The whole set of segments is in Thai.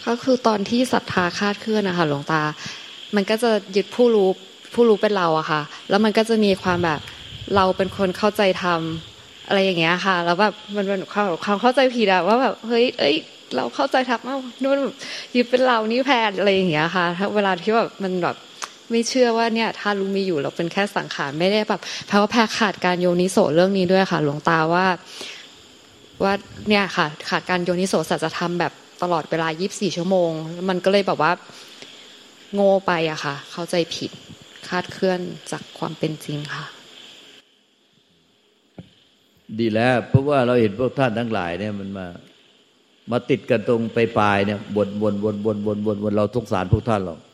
ก็คือตอนที่ศรัทธาคลาดเคลื่อนนะคะหลวงตามันก็จะยึดผู้รู้เป็นเราอะค่ะแล้วมันก็จะมีความแบบเราเป็นคนเข้าใจธรรมอะไรอย่างเงี้ยค่ะแล้วแบบมันเป็นความเข้าใจผิดอะว่าแบบเฮ้ยเราเข้าใจธรรมนู่นยึดเป็นเรานี่แพทย์อะไรอย่างเงี้ยค่ะถ้าเวลาที่แบบมันแบบไม่เชื่อว่าเนี่ยถ้ารู้มีอยู่เราเป็นแค่สังขารไม่ได้แบบเพราะว่าแพรขาดการโยนิโสเรื่องนี้ด้วยค่ะหลวงตาว่าเนี่ยค่ะขาดการโยนิโสสัจธรรมแบบตลอดเวลา24ชั่วโมงมันก็เลยแบบว่าโง่ไปอะค่ะเข้าใจผิดคลาดเคลื่อนจากความเป็นจริงค่ะดีแล้วเพราะว่าเราเห็นพวกท่านทั้งหลายเนี่ยมันมาติดกันตรงปลายเนี่ยวนเราสงสารพวกท่านหรอก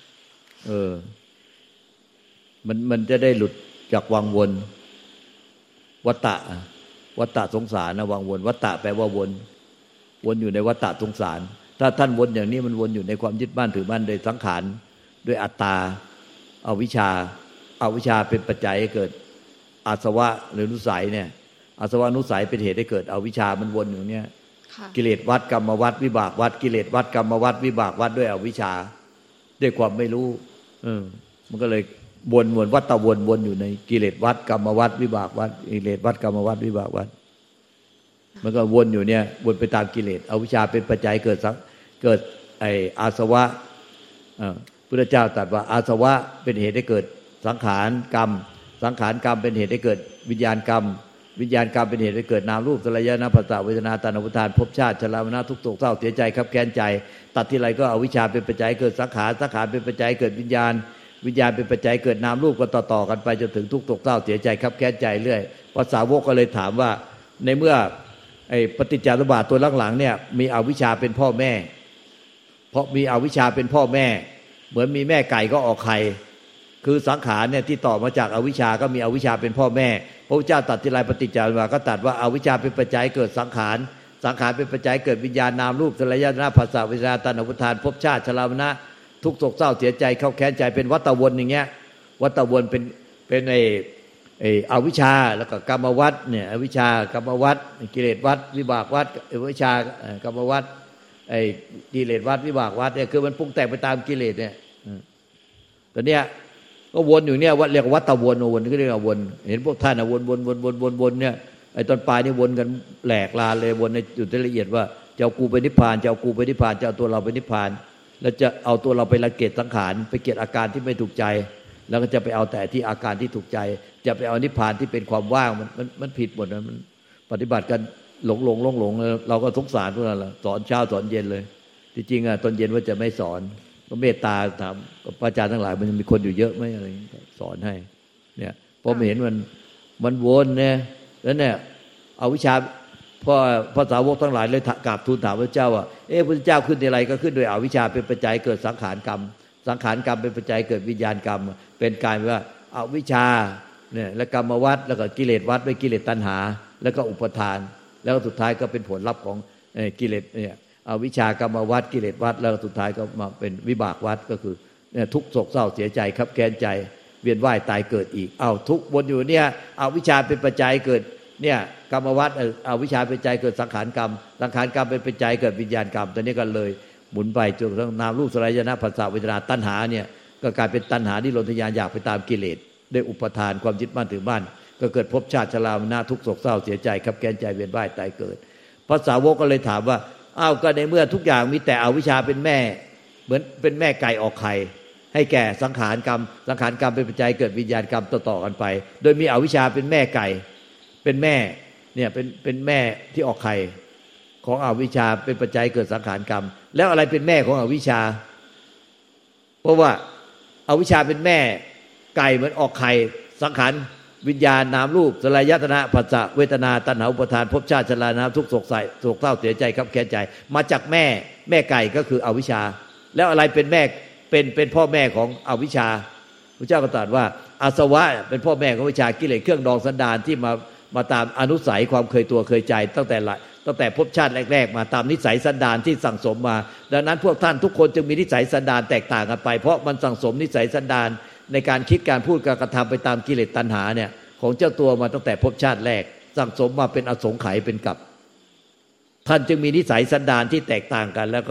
มันจะได้หลุดจากวังวนวัฏฏะสงสารนะวังวนวัฏฏะแปลว่าวนอยู่ในวัฏฏะสงสารถ้าท่านวนอย่างนี้มันวนอยู่ในความยึดมั่นถือมั่นโดยสังขารด้วยอัตตาอวิชชาเป็นปัจจัยให้เกิดอาสวะหรือนุสัยเนี่ยอาสวะนุสัยเป็นเหตุให้เกิดอวิชชามันวนอยู่เนี่ยกิเลสวัฏกรรมวัฏวิบากวัฏกิเลสวัฏกรรมวัฏวิบากวัฏด้วยอวิชชาด้วยความไม่รู้มันก็เลยวนวัฏฏะวนอยู่ในกิเลสวัฏกรรมวัฏวิบากวัฏกิเลสวัฏกรรมวัฏวิบากวัฏมันก็วนอยู่เนี่ยวนไปตามกิเลสอวิชชาเป็นปัจจัยเกิดอาสวะพุทธเจ้าตรัสว่าอาสวะเป็นเหตุให้เกิดสังขารกรรมสังขารกรรมเป็นเหตุให้เกิดวิญญาณกรรมวิญญาณกรรมเป็นเหตุให้เกิดนามรูปสลายนะภาษาเวทนาตัณหาอุปาทานภพชาติชรามรณะทุกข์โศกเศร้าเสียใจครับแค้นใจตัดที่ไรก็อวิชชาเป็นปัจจัยเกิดสังขารเป็นปัจจัยเกิดวิญญาณเป็นปัจจัยเกิดนามรูปก็ต่อกันไปจนถึงทุกข์โศกเศร้าเสียใจครับแค้นใจเรื่อยภาษาวกก็เลยถามว่าในเมื่อปฏิจจสมุปบาทตัวหลังๆเนี่ยมีอวิชชาเป็นพ่อแม่เพราะมีอวิชชาเป็นพ่อแม่เหมือนมีแม่ไก่ก็ออกไข่คือสังขารเนี่ยที่ต่อมาจากอวิชชาก็มีอวิชชาเป็นพ่อแม่พระพุทธเจ้าตรัสที่ไรปฏิจจสมุปบาทก็ตรัสว่าอวิชชาเป็นปัจจัยเกิดสังขารเป็นปัจจัยเกิดวิญญาณนามรูปสลายนะภาษาเวทนาตัณหาอุปาทานภพชาติชรามรณะทุกข์โศกเศร้าเสียใจเข้าแค้นใจเป็นวัฏฏะวนอย่างเงี้ยวัฏฏะวนเป็นอวิชชาแล้วก็กรรมวัฏเนี่ยอวิชชากรรมวัฏกิเลสวัฏวิบากวัฏอวิชชากรรมวัฏกิเลสวัฏวิบากวัฏเนี่ยคือมันปรุงแต่งไปตามกิเลสเนี่ยตอนเนี้ยก็วนอยู่เนี่ยวัดเรียกวัฏฏะวนก็เรียกว่าวนเห็นพวกท่านวนเนี่ยไอ้ตอนปลายนี่วนกันแหลกลาเลยวนในจุดละเอียดว่าจะเอากูไปนิพพานจะเอากูไปนิพพานจะเอาตัวเราไปนิพพานแล้วจะเอาตัวเราไปละเกียดสังขารไปเกียดอาการที่ไม่ถูกใจแล้วก็จะไปเอาแต่ที่อาการที่ถูกใจจะไปเอานิพพานที่เป็นความว่างมันผิดหมดนะมันปฏิบัติกันหลงเราก็สงสารพวกนั้นล่ะสอนเช้าสอนเย็นเลยที่จริงตอนเย็นว่าจะไม่สอนก็เมตตาถามพระอาจารย์ทั้งหลายมันมีคนอยู่เยอะไหมอะไรสอนให้เนี่ยพอเห็นมันวนเนี่ยแล้วเนี่ยเอาวิชาพอภาษาวกทั้งหลายเลยกราบทูลถามพระเจ้าว่าพระเจ้าขึ้นในอะไรก็ขึ้นโดยอวิชชาเป็นปัจจัยเกิดสังขารกรรมสังขารกรรมเป็นปัจจัยเกิดวิญญาณกรรมเป็นการว่าอวิชชาเนี่ยและกรรมวัฏแล้วก็กิเลสวัฏด้วยกิเลสตัณหาแล้วก็อุปทานแล้วสุดท้ายก็เป็นผลลัพธ์ของกิเลสเนี่ยอวิชชากรรมวัฏกิเลสวัฏแล้วสุดท้ายก็มาเป็นวิบากวัฏก็คือเนี่ยทุกข์โศกเศร้าเสียใจครับแค้นใจเวียนว่ายตายเกิดอีกทุกข์วนอยู่เนี่ยอวิชชาเป็นปัจจัยเกิดเนี่ยกรรมวัฏอวิชชาเป็นปัจจัยเกิดสังขารกรรมสังขารกรรมเป็นปัจจัยเกิดวิญญาณกรรมตอนนี้ก็เลยหมุนไปจนกระทั่งนามรูปสลายนะภาษาเวทนาตัณหาเนี่ยก็กลายเป็นตัณหาที่หลงทะยานอยากไปตามกิเลสด้วยอุปทานความยึดมั่นถือมั่นก็เกิดภพชาติชรามรณะทุกข์โศกเศร้าเสียใจครับแค้นใจเวียนว่ายตายเกิดภาษาวกก็เลยถามว่าก็ในเมื่อทุกอย่างมีแต่อวิชชาเป็นแม่เหมือนเป็นแม่ไก่ออกไข่ให้แก่สังขารกรรมสังขารกรรมเป็นปัจจัยเกิดวิญญาณกรรมต่อๆกันไปโดยมีอวิชชาเป็นแม่ไก่เป็นแม่เนี่ยเป็นแม่ที่ออกไข่ของอวิชชาเป็นปัจจัยเกิดสังขารกรรมแล้วอะไรเป็นแม่ของอวิชชาเพราะว่าอวิชชาเป็นแม่ไก่เหมือนออกไข่สังขารวิญญาณนามรูปสลายตนะผัสสะเวทนาตัณหาอุปาทานภพชาติชรานะทุกข์โศกเศร้าเสียใจครับแค้นใจมาจากแม่ไก่ก็คืออวิชชาแล้วอะไรเป็นแม่เป็นพ่อแม่ของอวิชชาพระเจ้าก็ตรัสว่าอาสวะเป็นพ่อแม่ของวิชากิเลสเครื่องดองสันดานที่มาตามอนุสัยความเคยตัวเคยใจตั้งแต่ภพชาติแรกๆมาตามนิสัยสันดานที่สั่งสมมาดังนั้นพวกท่านทุกคนจึงมีนิสัยสันดานแตกต่างกันไปเพราะมันสั่งสมนิสัยสันดานในการคิดการพูดการกระทำไปตามกิเลสตัณหาเนี่ยของเจ้าตัวมาตั้งแต่ภพชาติแรกสั่งสมมาเป็นอสงไขยเป็นกับท่านจึงมีนิสัยสันดานที่แตกต่างกันแล้วก็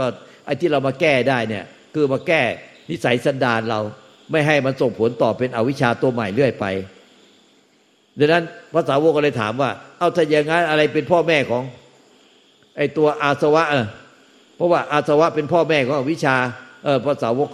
ไอ้ที่เรามาแก้ได้เนี่ยคือมาแก้นิสัยสันดานเราไม่ให้มันส่งผลต่อเป็นอวิชชาตัวใหม่เรื่อยไปดังนั้นพระสาวกก็เลยถามว่าเอาถ้าอย่างนั้นอะไรเป็นพ่อแม่ของไอ้ตัวอาสวะเพราะว่าอาสวะเป็นพ่อแม่ของอวิชชาพระสาวก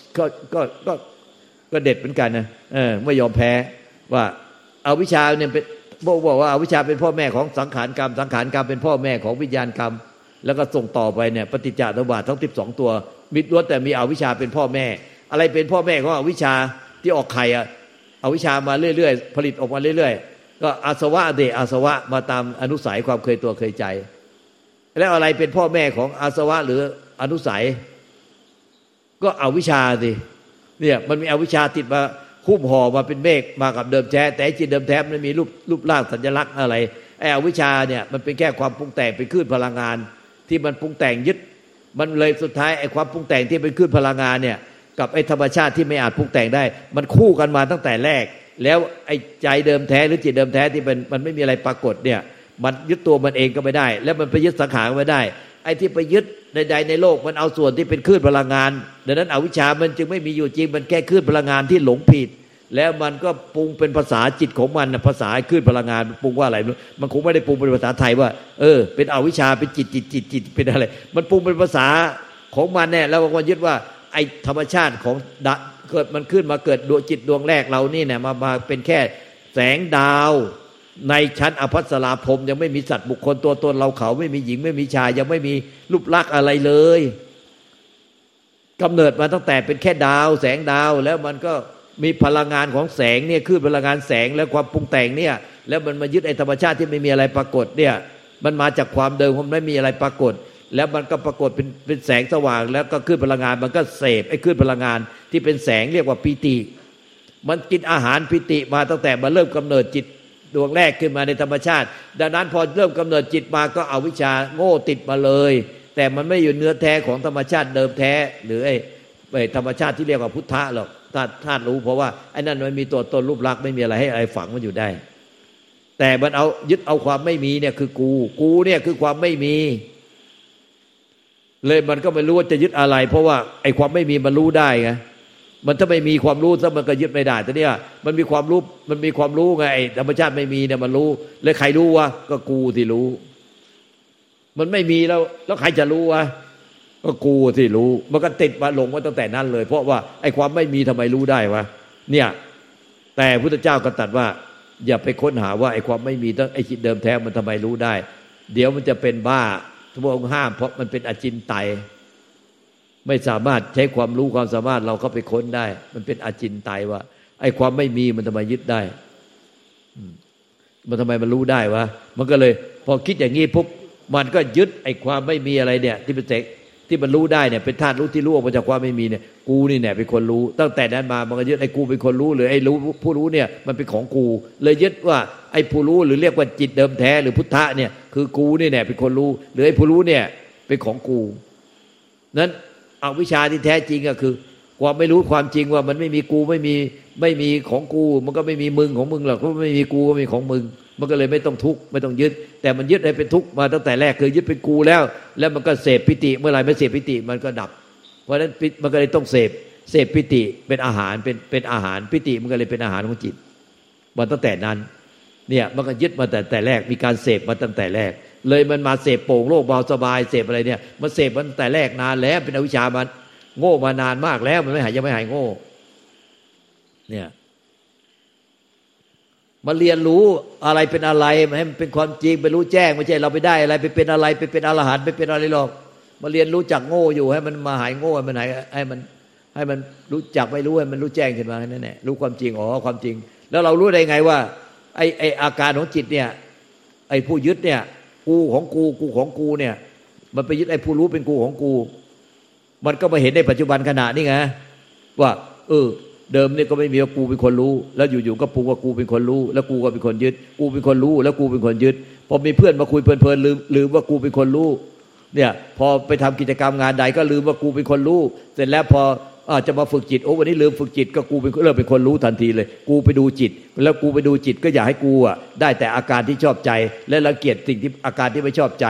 ก็เด็ดเหมือนกันนะไม่ยอมแพ้ว่าอวิชชาเนี่ยเป็นบอกว่าอวิชชาเป็นพ่อแม่ของสังขารกรรมสังขารกรรมเป็นพ่อแม่ของวิญญาณกรรมแล้วก็ส่งต่อไปเนี่ยปฏิจจสมุปบาททั้ง12ตัวมิล้วนแต่มีอวิชชาเป็นพ่อแม่อะไรเป็นพ่อแม่ของอวิชชาที่ออกไข่อวิชชามาเรื่อยๆผลิตออกมาเรื่อยๆก็อาสวะอาสวะมาตามอนุสัยความเคยตัวเคยใจแล้วอะไรเป็นพ่อแม่ของอาสวะหรืออนุสัยก็อวิชชาสิเนี่ยมันมีอวิชชาติดมาคุ้มห่อมาเป็นเมฆมากับเดิมแท้แต่จิตเดิมแท้มันมีรูปร่างสัญลักษณ์อะไรไอ้อวิชชาเนี่ยมันเป็นแค่ความปรุงแต่งเป็นคลื่นพลังงานที่มันปรุงแต่งยึดมันเลยสุดท้ายไอ้ความปรุงแต่งที่เป็นคลื่นพลังงานเนี่ยกับไอ้ธรรมชาติที่ไม่อาจปรุงแต่งได้มันคู่กันมาตั้งแต่แรกแล้วไอ้ใจเดิมแท้หรือจิตเดิมแท้ที่มันไม่มีอะไรปรากฏเนี่ยมันยึดตัวมันเองก็ไม่ได้แล้วมันไปยึดสังขารไม่ได้ไอ้ที่ไปยึดใดๆในโลกมันเอาส่วนที่เป็นคลื่นพลังงานดังนั้นอวิชชามันจึงไม่มีอยู่จริงมันแค่คลื่นพลังงานที่หลงผิดแล้วมันก็ปรุงเป็นภาษาจิตของมันภาษาคลื่นพลังงานปรุงว่าอะไรมันคงไม่ได้ปรุงเป็นภาษาไทยว่าเป็นอวิชชาเป็นจิตเป็นอะไรมันปรุงเป็นภาษาของมันแน่แล้วมันยึดว่าไอ้ธรรมชาติของเกิดมันขึ้นมาเกิดดวงจิตดวงแรกเรานี่เนี่ยมาเป็นแค่แสงดาวในชั้นอภัสราพรหมยังไม่มีสัตว์บุคคลตัวตนเราเขาไม่มีหญิงไม่มีชายยังไม่มีรูปลักษณ์อะไรเลยกำเนิดมาตั้งแต่เป็นแค่ดาวแสงดาวแล้วมันก็มีพลังงานของแสงเนี่ยคือพลังงานแสงและความปรุงแต่งเนี่ยแล้วมันมายึดไอ้ธรรมชาติที่ไม่มีอะไรปรากฏเนี่ยมันมาจากความเดิมมันไม่มีอะไรปรากฏแล้วมันก็ปรากฏเป็นแสงสว่างแล้วก็ขึ้นพลังงานมันก็เสพไอ้ขึ้นพลังงานที่เป็นแสงเรียกว่าปิติมันกินอาหารปิติมาตั้งแต่มาเริ่มกำเนิดจิตดวงแรกขึ้นมาในธรรมชาติดังนั้นพอเริ่มกำเนิดจิตมาก็เอาวิชาโง่ติดมาเลยแต่มันไม่อยู่เนื้อแท้ของธรรมชาติเดิมแท้หรือไอ้ธรรมชาติที่เรียกว่าพุทธะหรอกธาตุรู้เพราะว่าไอ้นั่นมันมีตัวตนรูปลักษณ์ไม่มีอะไรให้อะไรฝังมันอยู่ได้แต่มันเอายึดเอาความไม่มีเนี่ยคือกูเนี่ยคือความไม่มีเลยมันก็ไม่รู้ว่าจะยึดอะไรเพราะว่าไอ้ความไม่มีมันรู้ได้ไงมันถ้าไม่มีความรู้ซะมันก็ยึดไม่ได้แต่เนี่ยมันมีความรู้ไงไอ้ธรรมชาติไม่มีเนี่ยมันรู้เลยใครรู้วะก็กูที่รู้มันไม่มีแล้วใครจะรู้วะก็กูที่รู้มันก็ติดมาหลงมาตั้งแต่นั้นเลยเพราะว่าไอ้ความไม่มีทำไมรู้ได้วะเนี่ยแต่พุทธเจ้าก็ตรัสว่าอย่าไปค้นหาว่าไอ้ความไม่มีไอ้จิตเดิมแท้มันทำไมรู้ได้เดี๋ยวมันจะเป็นบ้าพระองค์ห้ามเพราะมันเป็นอจินไตยไม่สามารถใช้ความรู้ความสามารถเราเข้าไปค้นได้มันเป็นอจินไตยว่าไอ้ความไม่มีมันทำไมยึดได้มันทำไมมันรู้ได้วะมันก็เลยพอคิดอย่างนี้ปุ๊บมันก็ยึดไอ้ความไม่มีอะไรเนี่ยที่เป็นเสกที่มันรู้ได้เนี่ยเป็นธาตุรู้ที่รู้ออกมาจากความไม่มีเนี่ยกูนี่เนี่ยเป็นคนรู้ตั้งแต่นั้นมามันก็ยึดไอ้กูเป็นคนรู้หรือไอ้รู้ผู้รู้เนี่ยมันเป็นของกูเลยยึดว่าไอ้ผู้รู้หรือเรียกว่าจิตเดิมแท้หรือพุทธะเนี่ยคือกูนี่เนี่ยเป็นคนรู้หรือไอ้ผู้รู้เนี่ยเป็นของกูนั้นอวิชชาที่แท้จริงก็คือความไม่รู้ความจริงว่ามันไม่มีกูไม่มีของกูมันก็ไม่มีมึงของมึงหรอกเพราะไม่มีกูก็มีของมึงมันก็เลยไม่ต้องทุกข์ไม่ต้องยึดแต่มันยึดให้เป็นทุกข์มาตั้งแต่แรกคือยึดเป็นกูแล้วมันก็เสพปิติเมื่อไหร่ไม่เสพปิติมันก็ดับเพราะฉะนั้นมันก็เลยต้องเสพปิติเป็นอาหารเป็นอาหารปิติมันก็เลยเป็นอาหารของจิตมาตั้งแต่นั้นเนี่ยมันก็ยึดมาแต่แรกมีการเสพมาตั้งแต่แรกเลยมันมาเสพโป่งโลกเบาสบายเสพอะไรเนี่ยมันเสพมันแต่แรกนานแล้วเป็นอวิชชามันโง่มานานมากแล้วมันไม่หายยังไม่หายโง่เนี่ยมาเรียนรู้อะไรเป็นอะไรให้มันเป็นความจริงไปรู้แจ้งไม่ใช่เราไปได้อะไรไปเป็นอะไรไปเป็นอรหันต์ไปเป็นอะไรหรอกมาเรียนรู้จักโง่อยู่ให้มันมาหายโง่ให้มันหายให้มันรู้จักไม่รู้ให้มันรู้แจ้งขึ้นมานั่นแหละรู้ความจริงความจริงแล้วเรารู้ได้ไงว่าไอ้อาการของจิตเนี่ยไอ้ผู้ยึดเนี่ยกูของกูของกูเนี่ยมันไปยึดไอ้ผู้รู้เป็นกูของกูมันก็มาเห็นในปัจจุบันขณะนี่ไงว่าเดิมเนี่ยก็ไม่มีว่ากูเป็นคนรู้แล้วอยู่ๆก็ปรุงว่ากูเป็นคนรู้แล้วกูก็เป็นคนยึดกูเป็นคนรู้แล้วกูเป็นคนยึดพอมีเพื่อนมาคุยเพลินๆลืมว่ากูเป็นคนรู้เนี่ยพอไปทำกิจกรรมงานใดก็ลืมว่ากูเป็นคนรู้เสร็จแล้วพอจะมาฝึกจิตวันนี้ลืมฝึกจิตก็กูเป็นเริ่มเป็นคนรู้ทันทีเลยกูไปดูจิตแล้วกูไปดูจิตก็อยากให้กูได้แต่อาการที่ชอบใจและรังเกียจสิ่งที่อาการที่ไม่ชอบใจ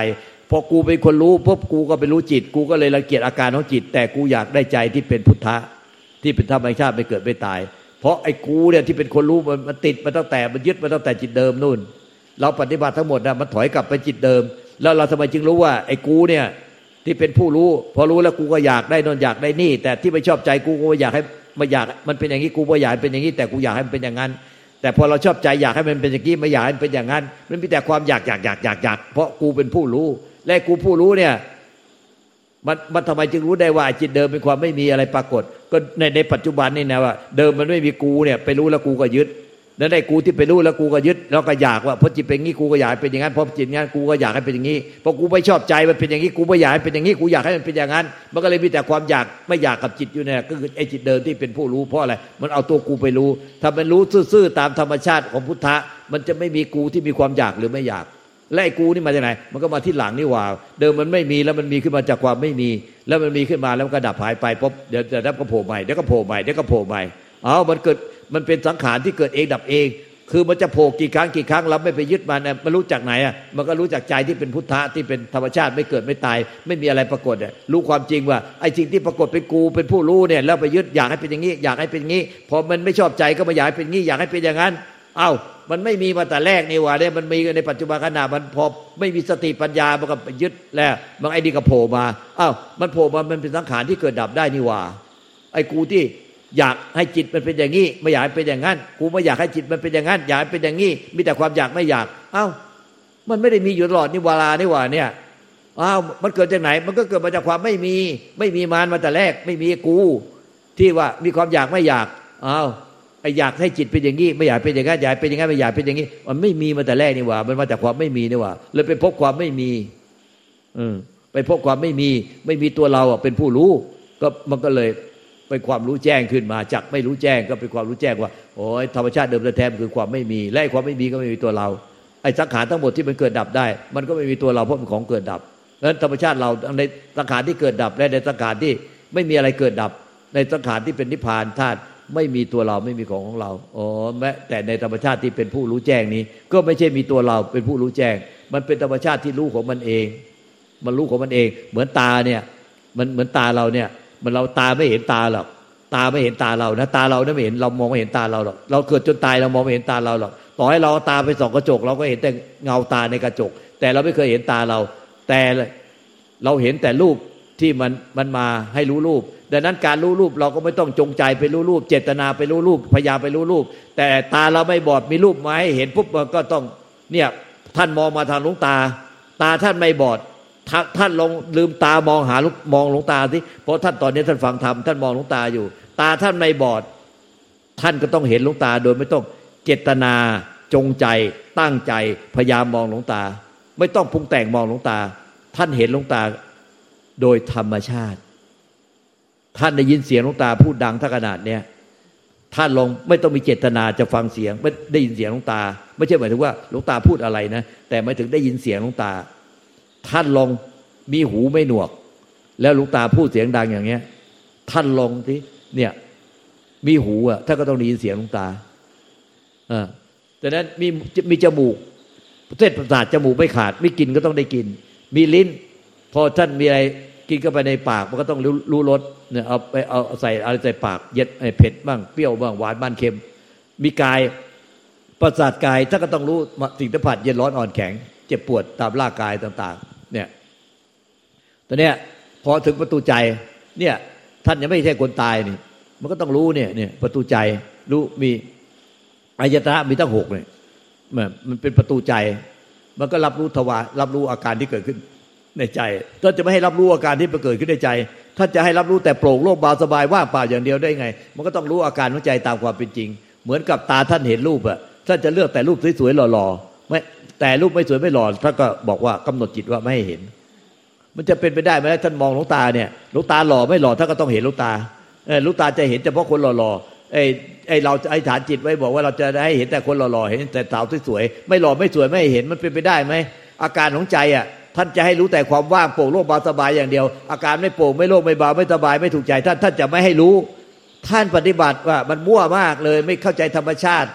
พอกูเป็นคนรู้พบกูก็ไปรู้จิตกูก็เลยรังเกียจอาการของจิตแต่กูอยากได้ใจที่เป็นพุทธะที่เป็นธรรมชาติไม่เกิดไม่ตายเพราะไอ้กูเนี่ยที่เป็นคนรู้มันติดมาตั้งแต่มันยึดมาตั้งแต่จิตเดิมนู่นเราปฏิบัติทั้งหมดนะมันถอยกลับไปจิตเดิมแล้วเราทำไมจึงรู้ว่าไอ้กูเนี่ยที่เป็นผู้รู้พอรู้แล้วกูก็อยากได้นนอยากได้นี่แต่ที่ไม่ชอบใจกูก็อยากให้ไม่อยากมันเป็นอย่างนี้กูไม่อยากเป็นอย่างนี้แต่กูอยากให้มันเป็นอย่างนั้นแต่พอเราชอบใจอยากให้มันเป็นอย่างนี้ไม่อยากให้มันเป็นอย่างนั้นมันมีแต่ความอยากเพราะกูเป็นผู้รู้และกูผู้รู้เนี่ยมันทำไมจึงรู้ได้ว่าจิตเดิมเป็นความไม่มีอะไรปรากฏก็ในปัจจุบันนี่นะว่าเดิมมันไม่มีกูเนี่ยไปรู้แล้วกูก็ยึดแล้วได้กูที่ไปรู้แล้วกูก็ยึดแล้วก็อยากว่าเพราะจิตเป็นงี้กูก็อยากเป็นอย่างนั้นเพราะจิตงั้นกูก็อยากให้เป็นอย่างนี้เพราะกูไม่ชอบใจมันเป็นอย่างนี้กูไม่อยากให้เป็นอย่างนี้กูอยากให้มันเป็นอย่างนั้นมันก็เลยมีแต่ความอยากไม่อยากกับจิตอยู่เนี่ยก็คือไอ้จิตเดิมที่เป็นผู้รู้เพราะอะไรมันเอาตัวกูไปรู้ถ้ามันรู้ซื่อๆตามธรรมชาติของพุทธะมันจะไม่มีกูที่มีความอยากหรือไม่อยากและไอ้กูนี่มาจากไหนมันก็มาที่หลังนี่หว่าเดิมมันไม่มีแล้วมันมีขึ้นมาจากความไม่มีแล้วมันมีขึ้นมาแล้วมันก็ดับหายไปปุ๊บเดี๋ยวก็โผล่ใหม่เดี๋ยวก็โผล่ใหม่เดี๋ยวก็โผล่ใหม่มันเป็นสังขารที่เกิดเองดับเองคือมันจะโผล่กี่ครั้งเราไม่ไปยึดมันรู้จากไหนอ่ะมันก็รู้จากใจที่เป็นพุทธะที่เป็นธรรมชาติไม่เกิดไม่ตายไม่มีอะไรปรากฏอ่ะรู้ความจริงว่าไอ้สิ่งที่ปรากฏเป็นกูเป็นผู้รู้เนี่ยแล้วไปยึดอยากให้เป็นอย่างนี้อยากให้เป็นอย่างนี้พอมันไม่ชอบใจก็มาอยากให้เป็นอย่างนี้อยากให้เป็นอย่างนั้นเอ้ามันไม่มีมาแต่แรกนี่หว่าเนี่ยมันมีในปัจจุบันขณะมันพอไม่มีสติปัญญามันก็ยึดแล้วมันไอ้นี่ก็โผล่มาเอ้ามันโผล่มามันเป็นสังขารที่เกิดดับได้นี่หว่าไอ้กูที่อยากให้จิตมันเป็นอย่างนี้ไม่อยากให้เป็นอย่างนั้นกูไม่อยากให้จิตมันเป็นอย่างนั้นอยากให้เป็นอย่างนี้มีแต่ความอยากไม่อยากเอ้ามันไม่ได้มีอยู่ตลอดนี่เวลานี่หว่าเนี่ยอ้าวมันเกิดจากไหนมันก็เกิดมาจากความไม่มีมารมาแต่แรกไม่มีกูที่ว่ามีความอยากไม่อยากอ้าวไอ้อยากให้จิตเป็นอย่างนี้ไม่อยากเป็นอย่างนั้นอยากเป็นอย่างนั้นไม่อยากเป็นอย่างนี้มันไม่มีมาแต่แรกนี่หว่ามันมาจากความไม่มีนี่หว่าเลยไปพบความไม่มีไปพบความไม่มีตัวเราอ่ะเป็นผู้รู้ก็มันก็เลยเป็นความรู้แจ้งขึ้นมาจากไม่รู้แจ้งก็เป็นความรู้แจ้งว่าโอ้ยธรรมชาติเดิมแท้ๆคือความไม่มีและความไม่มีก็ไม่มีตัวเราไอ้สังขารทั้งหมดที่มันเกิดดับได้มันก็ไม่มีตัวเราเพราะเป็นของเกิดดับเพราะฉะนั้นธรรมชาติเราในสังขารที่เกิดดับและในสังขารที่ไม่มีอะไรเกิดดับในสังขารที่เป็นนิพพานธาตุไม่มีตัวเราไม่มีของเราอ๋อแม้แต่ในธรรมชาติที่เป็นผู้รู้แจ้งนี้ก็ไม่ใช่มีตัวเราเป็นผู้รู้แจ้งมันเป็นธรรมชาติที่รู้ของมันเองมันรู้ของมันเองเหมือนตาเนี่ยมันเหมือนตาเราเนี่ยมันเราตาไม่เห็นตาหรอกตาไม่เห็นตาเรานะตาเราเนี่ยไม่เห็นเรามองไม่เห็นตาเราหรอกเราเกิดจนตายเรามองไม่เห็นตาเราหรอกต่อให้เราตาไปส่องกระจกเราก็เห็นแต่เงาตาในกระจกแต่เราไม่เคยเห็นตาเราแต่เราเห็นแต่รูปที่มันมาให้รู้รูปดังนั้นการรู้รูปเราก็ไม่ต้องจงใจไปรู้รูปเจตนาไปรู้รูปพยายามไปรู้รูปแต่ตาเราไม่บอดมีรูปมาให้เห็นปุ๊บมันก็ต้องเนี่ยท่านมองมาทางหลวงตาท่านไม่บอดท่านลองลืมตามองหลวงตาสิเพราะท่านตอนนี้ท่านฟังธรรมท่านมองหลวงตาอยู่ตาท่านไม่บอดท่านก็ต้องเห็นหลวงตาโดยไม่ต้องเจตนาจงใจตั้งใจพยายามมองหลวงตาไม่ต้องปรุงแต่งมองหลวงตาท่านเห็นหลวงตาโดยธรรมชาติท่านได้ยินเสียงหลวงตาพูดดังท่าขนาดเนี้ยท่านลองไม่ต้องมีเจตนาจะฟังเสียงไม่ได้ยินเสียงหลวงตาไม่ใช่หมายถึงว่าหลวงตาพูดอะไรนะแต่หมายถึงได้ยินเสียงหลวงตาท่านลองมีหูไม่หนวกแล้วหลวงตาพูดเสียงดังอย่างเงี้ยท่านลองที่เนี่ยมีหูอ่ะท่านก็ต้องได้ยินเสียงหลวงตาแต่นั้นมีจมูกเส้นประสาทจมูกไม่ขาดไม่กินก็ต้องได้กินมีลิ้นพอท่านมีอะไรกินเข้าไปในปากมันก็ต้องรู้รสเนี่ยเอาใส่อะไรใส่ปากเย็ดเผ็ดบ้างเปรี้ยวบ้างหวานบ้างเค็มมีกายประสาทกายท่านก็ต้องรู้สิ่งสัมผัสเย็นร้อนอ่อนแข็งเจ็บปวดตามร่างกายต่างๆเนี่ยตอนเนี้ยพอถึงประตูใจเนี่ยท่านยังไม่ใช่คนตายนี่มันก็ต้องรู้เนี่ยประตูใจรู้มีอายตนะมีตั้ง6เนี่ยมันเป็นประตูใจมันก็รับรู้ทวารรับรู้อาการที่เกิดขึ้นในใจท่านจะไม่ให้รับรู้อาการที่เกิดขึ้นในใจท่านจะให้รับรู้แต่โปร่งโล่งเบาสบายว่างเปล่าอย่างเดียวได้ไงมันก็ต้องรู้อาการของใจตามความเป็นจริงเหมือนกับตาท่านเห็นรูปอะท่านจะเลือกแต่รูปสวยๆหล่อๆไม่แต่รูปไม่สวยไม่หล่อท่านก็บอกว่ากำหนดจิตว่าไม่ให้เห็นมันจะเป็นไปได้ไหมท่านมองหลวงตาเนี่ยหลวงตาหล่อไม่หล่อท่านก็ต้องเห็นหลวงตาหลวงตาจะเห็นเฉพาะคนหล่อๆเราไอ้ฐานจิตไว้บอกว่าเราจะให้เห็นแต่คนหล่อๆเห็นแต่สาวสวยๆไม่หล่อไม่สวยไม่เห็นมันเป็นไปได้ไหมอาการของใจอ่ะท่านจะให้รู้แต่ความว่างโปร่งโล่งเบาสบายอย่างเดียวอาการไม่โปร่งไม่โล่งไม่เบาไม่สบายไม่ถูกใจท่านจะไม่ให้รู้ท่านปฏิบัติว่ามันมั่วมากเลยไม่เข้าใจธรรมชาติ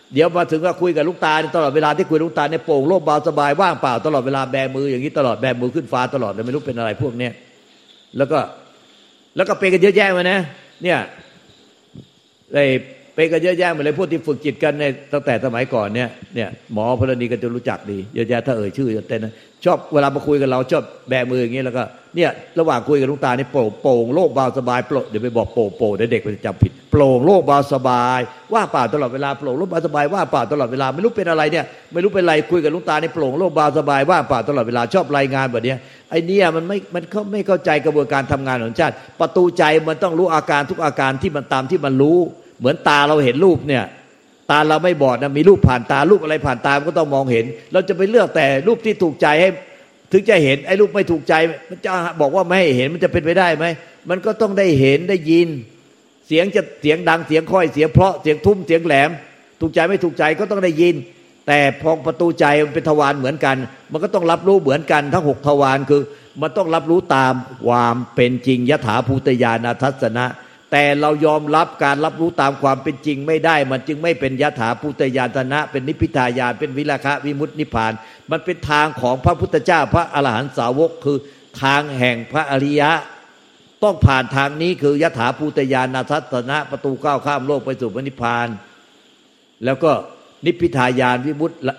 เดี๋ยวมาถึงก็คุยกับลูกตาตลอดเวลาที่คุยลูกตาเนี่ยโปร่งโล่งเบาสบายว่างเปล่าตลอดเวลาแบมืออย่างนี้ตลอดแบมือขึ้นฟ้าตลอดเลยไม่รู้เป็นอะไรพวกเนี้ยแล้วก็เป็นกันเยอะแยะมานะเนี่ยเลยเป็นกันเยอะแยะหมดเลยพวกที่ฝึกจิตกันในตั้งแต่สมัยก่อนเนี่ยหมอพลนีก็จะรู้จักดีเยอะแยะถ้าเอ่ยชื่อจะเต้นนะชอบเวลามาคุยกับเราชอบแบมืออย่างนี้แล้วก็เนี่ยระหว่างคุยกับลุงตานี่โปร่งโล่งเบาสบายโปร่งเดี๋ยวไปบอกโปร่งเดี๋ยวเด็กมันจะจำผิดโปร่งโล่งเบาสบายว่างเปล่าตลอดเวลาโปร่งโล่งเบาสบายว่างเปล่าตลอดเวลาไม่รู้เป็นอะไรเนี่ยไม่รู้เป็นไรคุยกับลุงตานี่โปร่งโล่งเบาสบายว่างเปล่าตลอดเวลาชอบรายงานแบบนี้ไอ้เนี่ยมันไม่เข้าใจกระบวนการทำงานของชาติประตูใจมันต้องรู้อาการทุกอาการที่มันตามที่มันรู้เหมือนตาเราเห็นรูปเนี่ยตาเราไม่บอดนะมีรูปผ่านตารูปอะไรผ่านตามันก็ต้องมองเห็นเราจะไปเลือกแต่รูปที่ถูกใจให้ถึงจะเห็นไอ้รูปไม่ถูกใจมันจะบอกว่าไม่ให้เห็นมันจะเป็นไปได้ไหมมันก็ต้องได้เห็นได้ยินเสียงจะเสียงดังเสียงค่อยเสียงเพราะเสียงทุ้มเสียงแหลมถูกใจไม่ถูกใจก็ต้องได้ยินแต่พอประตูใจมันเป็นทวารเหมือนกันมันก็ต้องรับรู้เหมือนกันทั้ง6ทวารคือมันต้องรับรู้ตามความเป็นจริงยถาภูตญาณทัศนะแต่เรายอมรับการรับรู้ตามความเป็นจริงไม่ได้มันจึงไม่เป็นยถาภูตญาณนะเป็นนิพพิทายานเป็นวิราคะวิมุตตินิพพานมันเป็นทางของพระพุทธเจ้าพระอรหันตสาวกคือทางแห่งพระอริยะต้องผ่านทางนี้คือยถาภูตญาณทัศนะประตูก้าวข้ามโลกไปสู่พระนิพพานแล้วก็นิพพิทายานวิมุตติ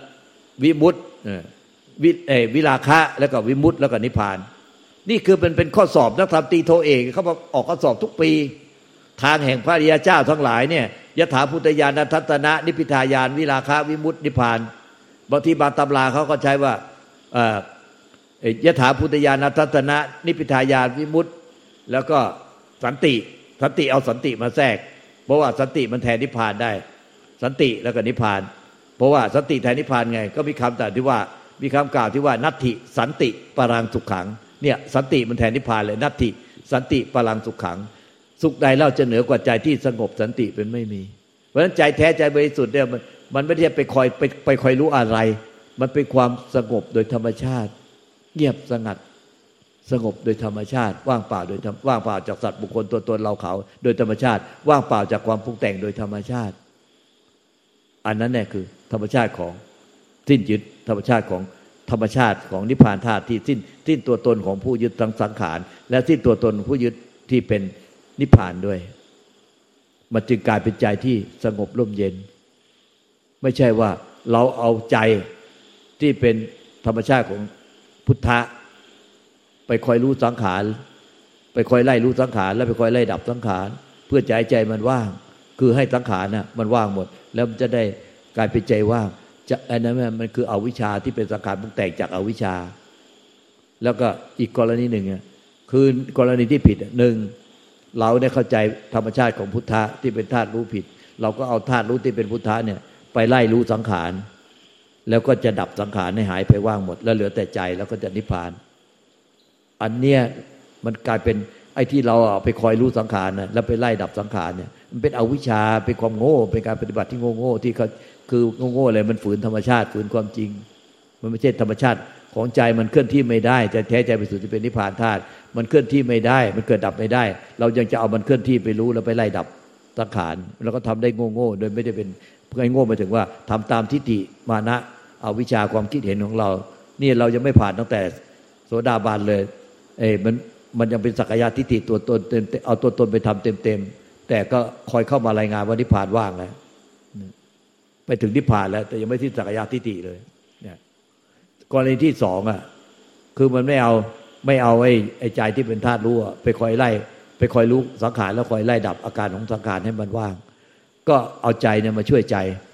วิราคะแล้วก็วิมุตติแล้วก็นิพพานนี่คือเป็นข้อสอบนักธรรมตีโทเอกเขาออกข้อสอบทุกปีทางแห่งพระอริยเจ้าทั้งหลายเนี่ยยถาภูตญาณทัศนะนิพพิทายานวิราคะวิมุตตินิพพานบางทีบางตำราเขาก็ใช้ว่ายถาภูตญาณทัศนะนิพพิทายานวิมุตติแล้วก็สันติเอาสันติมาแทรกเพราะว่าสันติมันแทนนิพพานได้สันติแล้วก็นิพพานเพราะว่าสันติแทนนิพพานไงก็มีคำแต่ที่ว่ามีคำกล่าวที่ว่านัตถิสันติปรังสุขขังเนี่ยสันติมันแทนนิพพานเลยนัตถิสันติปรังสุขขังสุขใดเล่าจะเหนือกว่าใจที่สงบสันติเป็นไม่มีเพราะฉะนั้นใจแท้ใจบริสุทธิ์เนี่ยมันไม่ได้ไปคอยรู้อะไรมันเป็นความสงบโดยธรรมชาติเงียบสงัดสงบโดยธรรมชาติว่างเปล่าว่างเปล่าจากสัตว์บุคคลตัวตนเราเขาโดยธรรมชาติว่างเปล่าจากความปรุงแต่งโดยธรรมชาติอันนั้นเนี่ยคือธรรมชาติของสิ้นยึดธรรมชาติของนิพพานธาตุที่สิ้นตัวตนของผู้ยึดทั้งสังขารและสิ้นตัวตนผู้ยึดที่เป็นนิพพานด้วยมันจึงกลายเป็นใจที่สงบร่มเย็นไม่ใช่ว่าเราเอาใจที่เป็นธรรมชาติของพุทธะไปคอยรู้สังขารไปคอยไล่รู้สังขารแล้วไปคอยไล่ดับสังขารเพื่อใจมันว่างคือให้สังขารน่ะมันว่างหมดแล้วมันจะได้กลายเป็นใจว่างอันนั้นมันคืออวิชชาที่เป็นสังขารปรุงแต่งจากอวิชชาแล้วก็อีกกรณีหนึ่งคือกรณีที่ผิดหนึ่งเราได้เข้าใจธรรมชาติของพุทธะที่เป็นธาตุรู้ผิดเราก็เอาธาตุรู้ที่เป็นพุทธะเนี่ยไปไล่รู้สังขารแล้วก็จะดับสังขารให้หายไปว่างหมดแล้วเหลือแต่ใจแล้วก็จะนิพพานอันเนี้ยมันกลายเป็นไอ้ที่เราไปคอยรู้สังขารนะแล้วไปไล่ดับสังขารเนี่ยมันเป็นอวิชชาเป็นความโง่เป็นการปฏิบัติที่โง่ที่เขาคือโง่เลยมันฝืนธรรมชาติฝืนความจริงมันไม่ใช่ธรรมชาติของใจมันเคลื่อนที่ไม่ได้จะแท้ใจไปสู่ที่เป็นนิพพานธาตุมันเคลื่อนที่ไม่ได้มันเกิดดับไม่ได้เรายังจะเอามันเคลื่อนที่ไปรู้แล้วไปไล่ดับสังขารแล้วก็ทำได้โง่โดยไม่ได้เป็นโง่หมายถึงว่าทำตามทิฏฐิมานะเอาวิชาความคิดเห็นของเรานี่เรายังไม่ผ่านตั้งแต่โสดาบันเลยมันยังเป็นสักยะทิฏฐิตัวตนเอาตัวตนไปทำเต็มแต่ก็คอยเข้ามารายงานว่านิพพานว่างแล้วไปถึงนิพพานแล้วแต่ยังไม่สิ้นสักยะทิฏฐิเลยเนี่ยกรณีที่สองคือมันไม่เอาไอ้ใจที่เป็นธาตุรู้ไปคอยไล่ไปคอยรู้สังขารแล้วคอยไล่ดับอาการของสังขารให้มันว่างก็เอาใจเนี่ยมาช่วยใจ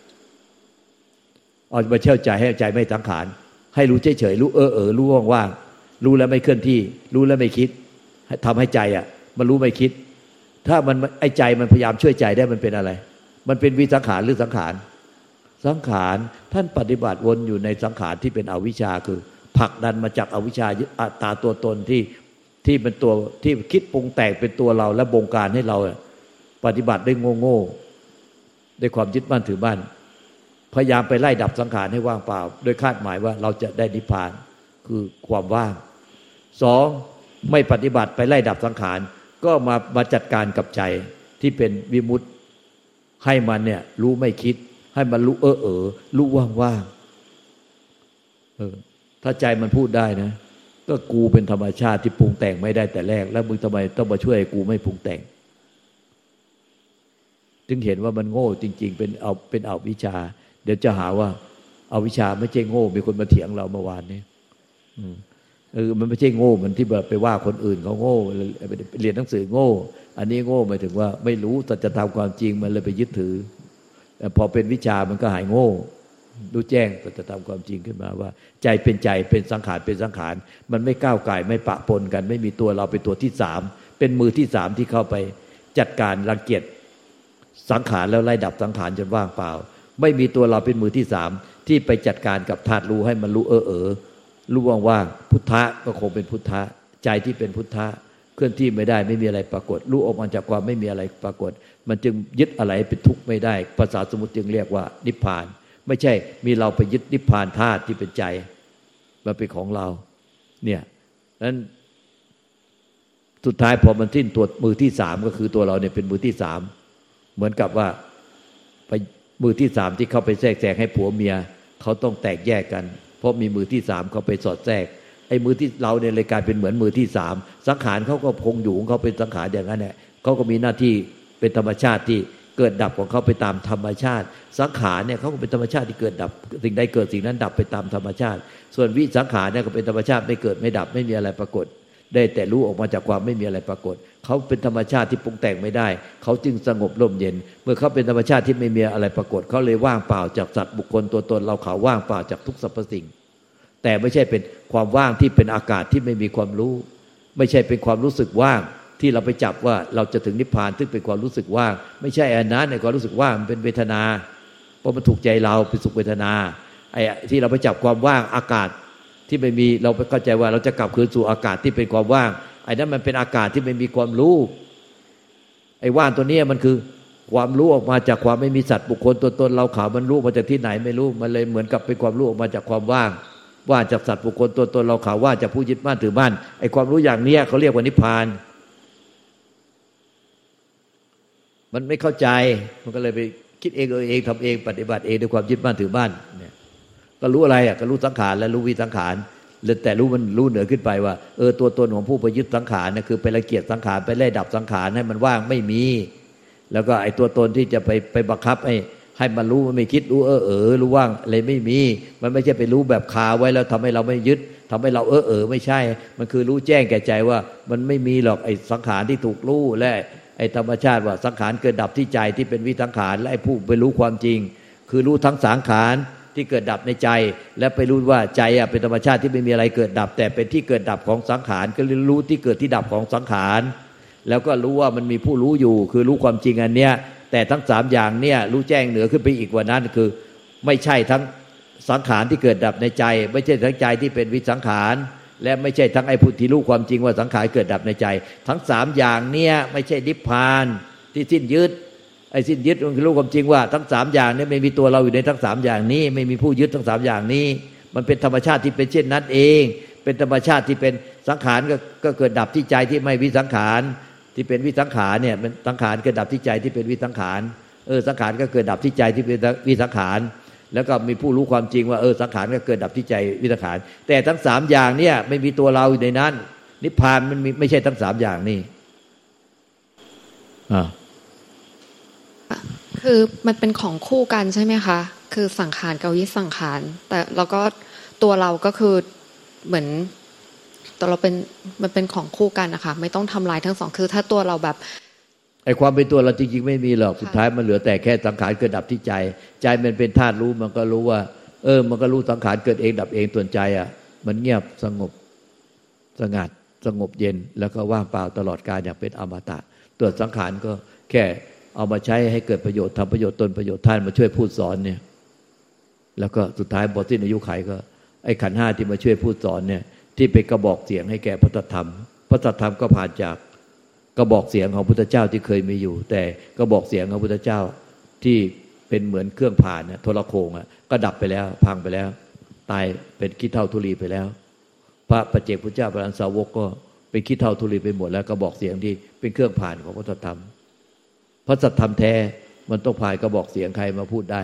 เอามาเชื่อใจให้ใจไม่สังขารให้รู้เฉยๆรู้รู้ว่างๆรู้แล้วไม่เคลื่อนที่รู้แล้วไม่คิดทำให้ใจมันรู้ไม่คิดถ้ามันไอ้ใจมันพยายามช่วยใจได้มันเป็นอะไรมันเป็นวิสังขารหรือสังขารท่านปฏิบัติวนอยู่ในสังขารที่เป็นอวิชชาคือผลักดันมาจากอวิชชาอัตตาตัวตนที่เป็นตัวที่คิดปรุงแต่งเป็นตัวเราและบงการให้เราปฏิบัติได้โง่ด้วยความยึดมั่นถือมั่นพยายามไปไล่ดับสังขารให้ว่างเปล่าโดยคาดหมายว่าเราจะได้นิพพานคือความว่างสองไม่ปฏิบัติไปไล่ดับสังขารก็มาจัดการกับใจที่เป็นวิมุตติให้มันเนี่ยรู้ไม่คิดให้มันรู้รู้ว่างถ้าใจมันพูดได้นะก็กูเป็นธรรมชาติที่ปรุงแต่งไม่ได้แต่แรกแล้วมึงทำไมต้องมาช่วยกูไม่ปรุงแต่งจึงเห็นว่ามันโง่จริงๆเป็นเอาวิชาเดี๋ยวจะหาว่าเอาวิชาไม่ใช่โง่มีคนมาเถียงเราเมื่อวานนี้มันไม่ใช่โง่มันที่แบบไปว่าคนอื่นเขาโง่เรียนหนังสือโง่อันนี้โง่หมายถึงว่าไม่รู้สัจธรรมความจริงมันเลยไปยึดถือแต่พอเป็นวิชามันก็หายโง่รู้แจ้งสัจธรรมความจริงขึ้นมาว่าใจเป็นใจเป็นสังขารเป็นสังขารมันไม่ก้าวไก่ไม่ปะปนกันไม่มีตัวเราเป็นตัวที่สามเป็นมือที่สามที่เข้าไปจัดการรังเกียจสังขารแล้วไล่ดับสังขารจนว่างเปล่าไม่มีตัวเราเป็นมือที่สามที่ไปจัดการกับธาตุรู้ให้มันรู้รู้ว่างๆพุทธะก็คงเป็นพุทธะใจที่เป็นพุทธะเคลื่อนที่ไม่ได้ไม่มีอะไรปรากฏรู้ออกมาจากความไม่มีอะไรปรากฏมันจึงยึดอะไรเป็นทุกข์ไม่ได้ภาษาสมมุติจึงเรียกว่านิพพานไม่ใช่มีเราไปยึดนิพพานธาตุที่เป็นใจมาเป็นของเราเนี่ยนั้นสุดท้ายพอมันสิ้นตัวมือที่สามก็คือตัวเราเนี่ยเป็นมือที่สามเหมือนกับว่าไปมือที่สามที่เข้าไปแทรกแซงให้ผัวเมียเขาต้องแตกแยกกันเพราะมีมือที่สามเขาไปสอดแทรกไอ้มือที่เราเนี่ยเลยกลายเป็นเหมือนมือที่สามสังขารเขาก็คงอยู่ของเขาเป็นสังขารอย่างนั้นแหละเขาก็มีหน้าที่เป็นธรรมชาติที่เกิดดับของเขาไปตามธรรมชาติสังขารเนี่ยเขาก็เป็นธรรมชาติที่เกิดดับสิ่งใดเกิดสิ่งนั้นดับไปตามธรรมชาติส่วนวิสังขารเนี่ยก็เป็นธรรมชาติไม่เกิดไม่ดับไม่มีอะไรปรากฏได้แต่รู้ออกมาจากความไม่มีอะไรปรากฏเขาเป็นธรรมชาติที่ปรุงแต่งไม่ได้เขาจึงสงบร่มเย็นเมื่อเขาเป็นธรรมชาติที่ไม่มีอะไรปรากฏเขาเลยว่างเปล่าจากสัตว์บุคคลตัวตนเราเขาว่างเปล่าจากทุกสรรพสิ่งแต่ไม่ใช่เป็นความว่างที่เป็นอากาศที่ไม่มีความรู้ไม่ใช่เป็นความรู้สึกว่างที่เราไปจับว่าเราจะถึงนิพพานซึ่งเป็นความรู้สึกว่างไม่ใช่อันนั้นในความรู้สึกว่างมันเป็นเวทนาเพราะมันถูกใจเราเป็นสุขเวทนาไอ้ที่เราไปจับความว่างอากาศที่ไม่มีเราไปเข้าใจว่าเราจะกลับคืนสู่อากาศที่เป็นความว่างไอ้นั้นมันเป็นอากาศที่ไม่มีความรู้ไอ้ว่างตัวนี้มันคือความรู้ออกมาจากความไม่มีสัตว์บุคคลตัวตนเราเขามันรู้มาจากที่ไหนไม่รู้มันเลยเหมือนกับเป็นความรู้ออกมาจากความว่างว่าจากสัตว์บุคคลตัวตนเราเขาว่าจากผู้ยึดมั่นถือมั่นไอ้ความรู้อย่างนี้เขาเรียกว่านิพพานมันไม่เข้าใจมันก็เลยไปคิดเองทำเองปฏิบัติเองด้วยความยึดมั่นถือมั่นเนี่ยก็รู้อะไรก็รู้สังขารและรู้วิสังขารแต่รู้มันรู้เหนือขึ้นไปว่าตัวตนของผู้ไปยึดสังขารนะคือไปละเกียดสังขารไปไล่ดับสังขารให้มันว่างไม่มีแล้วก็ไอ้ตัวตนที่จะไปบังคับให้มันรู้มันไม่คิดรู้รู้ว่างอะไรไม่มีมันไม่ใช่ไปรู้แบบคาไว้แล้วทำให้เราไม่ยึดทำให้เราไม่ใช่มันคือรู้แจ้งแก่ใจว่ามันไม่มีหรอกไอ้สังขารที่ถูกรู้และไอ้ธรรมชาติว่าสังขารเกิดดับที่ใจที่เป็นวิสังขารและไอ้ผู้ไปรู้ความจริงคือรู้ทั้งสังขารที่เกิดดับในใจและไปรู้ว่าใจเป็นธรรมชาติที่ไม่มีอะไรเกิดดับแต่เป็นที่เกิดดับของสังขารก็รู้ที่เกิดที่ดับของสังขารแล้วก็รู้ว่ามันมีผู้รู้อยู่คือรู้ความจริงอันเนี้ยแต่ทั้งสามอย่างเนี่ยรู้แจ้งเหนือขึ้นไปอีกกว่านั้นคือไม่ใช่ทั้งสังขารที่เกิดดับในใจไม่ใช่ทั้งใจที่เป็นวิสังขารและไม่ใช่ทั้งไอ้ผู้ที่รู้ความจริงว่าสังขารเกิดดับในใจทั้งสามอย่างเนี่ยไม่ใช่นิพพานที่สิ้นยึดไอ้สิ้นยึดมันคือรู้ความจริงว่าทั้งสามอย่างนี้ไม่มีตัวเราอยู่ในทั้งสามอย่างนี้ไม่มีผู้ยึดทั้งสามอย่างนี้มันเป็นธรรมชาติที่เป็นเช่นนั้นเองเป็นธรรมชาติที่เป็นสังขารก็เกิดดับที่ใจที่ไม่วิสังขารที่เป็นวิสังขารเนี่ยมันสังขารเกิดดับที่ใจที่เป็นวิสังขารสังขารก็เกิดดับที่ใจที่เป็นวิสังขารแล้วก็มีผู้รู้ความจริงว่าสังขารก็เกิดดับที่ใจวิสังขารแต่ทั้งสามอย่างเนี่ยไม่มีตัวเราอยู่ในนั้นนิพพานมันไม่ใช่ทั้งสามอย่างนี่คือมันเป็นของคู่กันใช่ไหมคะคือสังขารกับวิสังขารแต่แล้วก็ตัวเราก็คือเหมือนตัวเราเป็นมันเป็นของคู่กันนะคะไม่ต้องทำลายทั้งสองคือถ้าตัวเราแบบไอ้ความเป็นตัวเราจริงๆไม่มีหรอกสุดท้ายมันเหลือแต่แค่สังขารเกิดดับที่ใจใจมันเป็นธาตุรู้มันก็รู้ว่ามันก็รู้สังขารเกิดเองดับเองตัวใจมันเงียบสงบสงัดสงบเย็นแล้วก็ว่างเปล่าตลอดกาลอย่างเป็นอมตะตัวสังขารก็แค่เอามาใช้ให้เกิดประโยชน์ทำประโยชน์ตนประโยชน์ท่านมาช่วยพูดสอนเนี่ยแล้วก็สุดท้ายบทสิ้นอายุขัยก็ไอ้ขันธ์ห้าที่มาช่วยพูดสอนเนี่ยที่เป็นกระบอกเสียงให้แก่พระธรรมพระธรรมก็ผ่านจากกระบอกเสียงของพุทธเจ้าที่เคยมีอยู่แต่กระบอกเสียงของพุทธเจ้าที่เป็นเหมือนเครื่องผ่านเนี่ยโทรโขงก็ดับไปแล้วพังไปแล้วตายเป็นขี้เถ้าธุลีไปแล้วพระปัจเจกพุทธเจ้าพระอรหันตสาวกก็เป็นขี้เถ้าธุลีไปหมดแล้วกระบอกเสียงที่เป็นเครื่องผ่านของพระธรรมพระสัทธรรมแท้มันต้องผ่านกระบอกเสียงใครมาพูดได้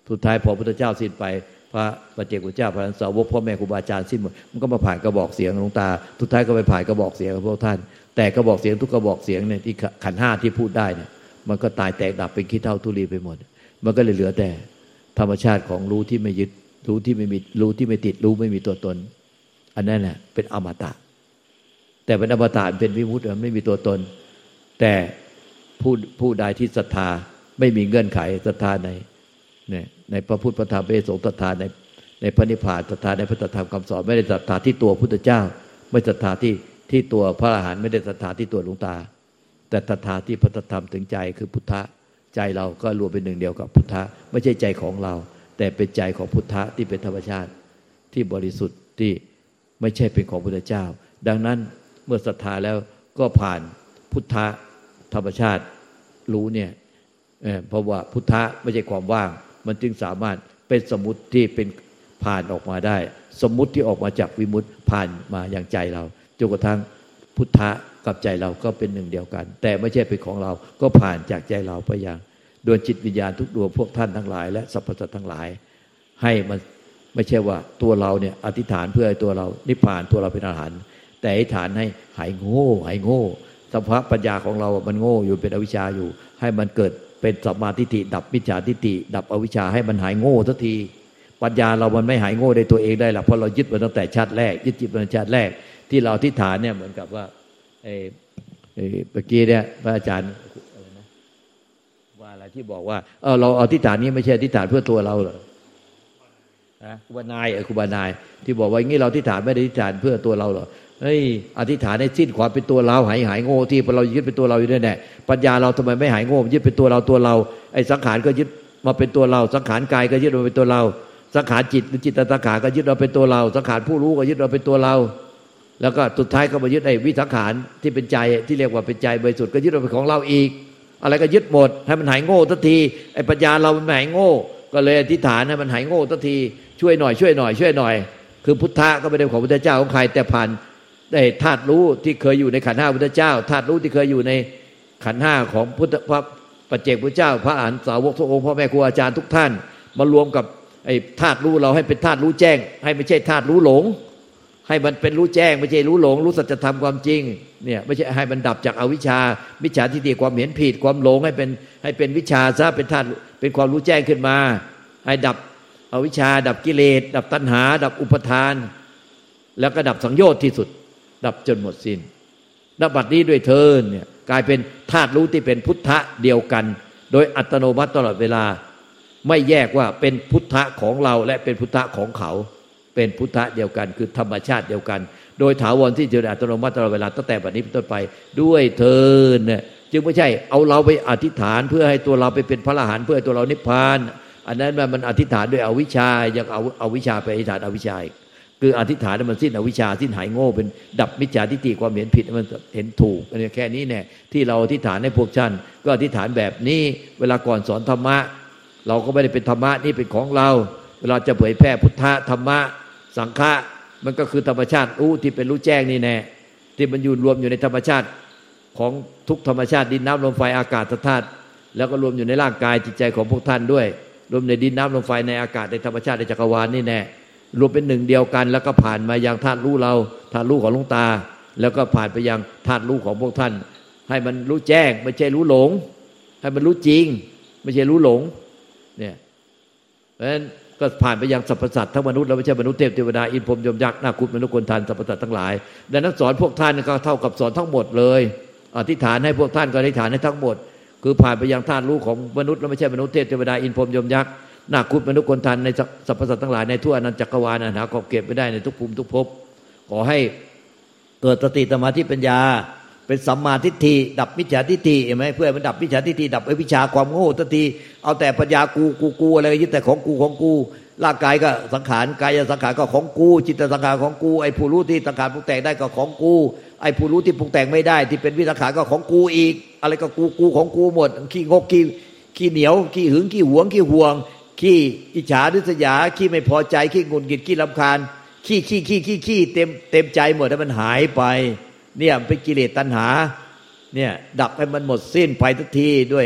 สุดท้ายพอพระพุทธเจ้าสิ้นไปพระปัจเจกพุทธเจ้าพระสาวกพ่อแม่ครูบาอาจารย์สิ้นหมดมันก็มาผ่านกระบอกเสียงหลวงตาสุดท้ายก็ไปผ่านกระบอกเสียงของพวกท่านแต่กระบอกเสียงทุกกระบอกเสียงเนี่ยที่ขันธ์ห้าที่พูดได้เนี่ยมันก็ตายแตกดับเป็นขี้เถ้าทุลีไปหมดมันก็เลยเหลือแต่ธรรมชาติของรู้ที่ไม่ยึดรู้ที่ไม่มีรู้ที่ไม่ติดรู้ไม่มีตัวตนอันนั้นแหละเป็นอมตะแต่เป็นอมตะเป็นวิมุตติไม่มีตัวตนแต่ผู้ใดที่ศรัทธาไม่มีเงื่อนไขศรัทธาในพระพุทธพระธรรมพระสงฆ์ศรัทธาในพระนิพพานศรัทธาในพระธรรมคำสอนไม่ได้ศรัทธาที่ตัวพุทธเจ้าไม่ศรัทธาที่ตัวพระอรหันต์ไม่ได้ศรัทธาที่ตัวหลวงตาแต่ศรัทธาที่พระธรรมถึงใจคือพุทธะใจเราก็รวมเป็นหนึ่งเดียวกับพุทธะไม่ใช่ใจของเราแต่เป็นใจของพุทธะที่เป็นธรรมชาติที่บริสุทธิ์ที่ไม่ใช่เป็นของพุทธเจ้าดังนั้นเมื่อศรัทธาแล้วก็ผ่านพุทธะธรรมชาติรู้เนี่ยเพราะว่าพุทธะไม่ใช่ความว่างมันจึงสามารถเป็นสมมุติที่เป็นผ่านออกมาได้สมมุติที่ออกมาจากวิมุตติผ่านมาอย่างใจเราจนกระทั่งพุทธะกับใจเราก็เป็นหนึ่งเดียวกันแต่ไม่ใช่เป็นของเราก็ผ่านจากใจเราไปอย่างดวงจิตวิญญาณทุกดวงพวกท่านทั้งหลายและสรรพสัตว์ทั้งหลายให้มันไม่ใช่ว่าตัวเราเนี่ยอธิษฐานเพื่อให้ตัวเรานิพพานตัวเราเป็นอรหันต์แต่อธิษฐานให้หายโง่สัมภะปัญญาของเรามันโง่อยู่เป็นอวิชชาอยู่ให้มันเกิดเป็นสัมมาทิฏฐิดับมิจฉาทิฏฐิดับอวิชชาให้มันหายโง่สักทีปัญญาเรามันไม่หายโง่ได้ตัวเองได้หรอกเพราะเรายึดมาตั้งแต่ชาติแรกยึดจิตมาตั้งแต่ชาติแรกที่เราอธิษฐานเนี่ยเหมือนกับว่าเมื่อกี้เนี่ยพระอาจารย์ว่าอะไรที่บอกว่าเราอธิษฐานนี้ไม่ใช่อธิษฐานเพื่อตัวเราเหรอครูบานายที่บอกว่าอย่างนี้เราอธิษฐานไม่ได้อธิษฐานเพื่อตัวเราเหรออธิษฐานให้สิ้นความเป็นตัวเราหายโง่ที่เรายึดเป็นตัวเราอยู่แน่ๆปัญญาเราทำไมไม่หายโง่ยึดเป็นตัวเราไอ้สังขารก็ยึดมาเป็นตัวเราสังขารกายก็ยึดมาเป็นตัวเราสังขารจิตหรือจิตสังขารก็ยึดเราเป็นตัวเราสังขารผู้รู้ก็ยึดเราเป็นตัวเราแล้วก็สุดท้ายก็มายึดไอ้วิสังขารที่เป็นใจที่เรียกว่าเป็นใจบริสุทธิ์ก็ยึดเราเป็นของเราอีกอะไรก็ยึดหมดให้มันหายโง่สักทีไอ้ปัญญาเรามันหายโง่ก็เลยอธิษฐานให้มันหายโง่สักทีช่วยหน่อยคือพุทธะก็ไม่ได้ของพุทธเจ้าของใครแต่ผ่านได้ธาตุรู้ที่เคยอยู่ในขันธ์ห้าพุทธเจ้าธาตุรู้ที่เคยอยู่ในขันธ์ห้าของพระปัจเจกพุทธเจ้าพระอรหันตสาวกทุกองค์พ่อแม่ครูอาจารย์ทุกท่านมารวมกับไอ้ธาตุรู้เราให้เป็นธาตุรู้แจ้งให้ไม่ใช่ธาตุรู้หลงให้มันเป็นรู้แจ้งไม่ใช่รู้หลงรู้สัจธรรมความจริงเนี่ยไม่ใช่ให้มันดับจากอวิชชามิจฉาทิฏฐิความเห็นผิดความหลงให้เป็นวิชาซะเป็นธาตุเป็นความรู้แจ้งขึ้นมาให้ดับอวิชชาดับกิเลสดับตัณหาดับอุปทานแล้วก็ดับสังโยชน์ที่สุดดับจนหมดสิ้นณ บัดนี้ด้วยเทินเนี่ยกลายเป็นธาตุรู้ที่เป็นพุทธะเดียวกันโดยอัตโนมัติตลอดเวลาไม่แยกว่าเป็นพุทธะของเราและเป็นพุทธะของเขาเป็นพุทธะเดียวกันคือธรรมชาติเดียวกันโดยถาวรที่จะอัตโนมัติตลอดเวลาตั้งแต่บัดนี้เป็นต้นไปด้วยเทินเนี่ยจึงไม่ใช่เอาเราไปอธิษฐานเพื่อให้ตัวเราไปเป็นพระอรหันต์เพื่อให้ตัวเรานิพพานอันนั้นมันอธิษฐานด้วยอวิชชายังเอาวิชชาไปอธิษฐานอวิชชาคืออธิษฐานมันสิ้นอวิชชาสิ้นหายโง่เป็นดับมิจฉาทิฏฐิความเห็นผิดมันเห็นถูกอันนี้แค่นี้แน่ที่เราอธิษฐานให้พวกท่านก็อธิษฐานแบบนี้เวลาก่อนสอนธรรมะเราก็ไม่ได้เป็นธรรมะนี่เป็นของเราเวลาจะเผยแพร่พุทธะธรรมะสังฆะมันก็คือธรรมชาติรู้ที่เป็นรู้แจ้งนี่แน่ที่มันอยู่รวมอยู่ในธรรมชาติของทุกธรรมชาติดินน้ำลมไฟอากาศธาตุแล้วก็รวมอยู่ในร่างกายจิตใจของพวกท่านด้วยรวมในดินน้ำลมไฟในอากาศในธรรมชาติในจักรวาลนี่แน่รวมเป็นหนึ่งเดียวกันแล้วก็ผ่านมายังธาตุรู้เราธาตุรู้ของหลวงตาแล้วก็ผ่านไปยังธาตุรู้ของพวกท่านให้มันรู้แจ้งไม่ใช่รู้หลงให้มันรู้จริงไม่ใช่รู้หลงเนี่ยเพราะฉะนั้นก็ผ่านไปยังสรรพสัตว์ทั้งมนุษย์และไม่ใช่มนุษย์เทพเทวดาอินพรหมยมยักษ์นาคมนุษย์คนทันสรรพสัตว์ทั้งหลายดังนั้นสอนพวกท่านก็เท่ากับสอนทั้งหมดเลยอธิษฐานให้พวกท่านก็อธิษฐานให้ทั้งหมดคือผ่านไปยังธาตุรู้ของมนุษย์และไม่ใช่มนุษย์เทพเทวดาอินพรหมยมยักษ์นาคุตมนุษย์คนทันในสรรพสัตว์ทั้งหลายในทั่วอนันตจักรวาลหาขอบเขตไม่ได้ในทุกภูมิทุกภพขอให้เกิดสติสมาธิปัญญาเป็นสัมมาทิฏฐิดับมิจฉาทิฏฐิเห็นไหมเพื่อมันดับมิจฉาทิฏฐิดับอวิชชาความโง่ทันทีเอาแต่ปัญญากูอะไรยึดแต่ของกูร่างกายก็สังขารกายสังขารก็ของกูจิตสังขารของกูไอ้ผู้รู้ที่สังขารปรุงแต่งได้ก็ของกูไอ้ผู้รู้ที่ปรุงแต่งไม่ได้ที่เป็นวิสังขารก็ของกูอีกอะไรก็กูของกูหมดขี้งกขี้เหนียวขี้หึงขี้หวงขี้ห่วงขี้อิจฉาริษยาขี้ไม่พอใจขี้หงุดหงิดขี้รำคาญขี้เต็มใจหมดให้มันหายไปเนี่ยเป็นกิเลสตัณหาเนี่ยดับให้มันหมดสิ้นไปทุกทีด้วย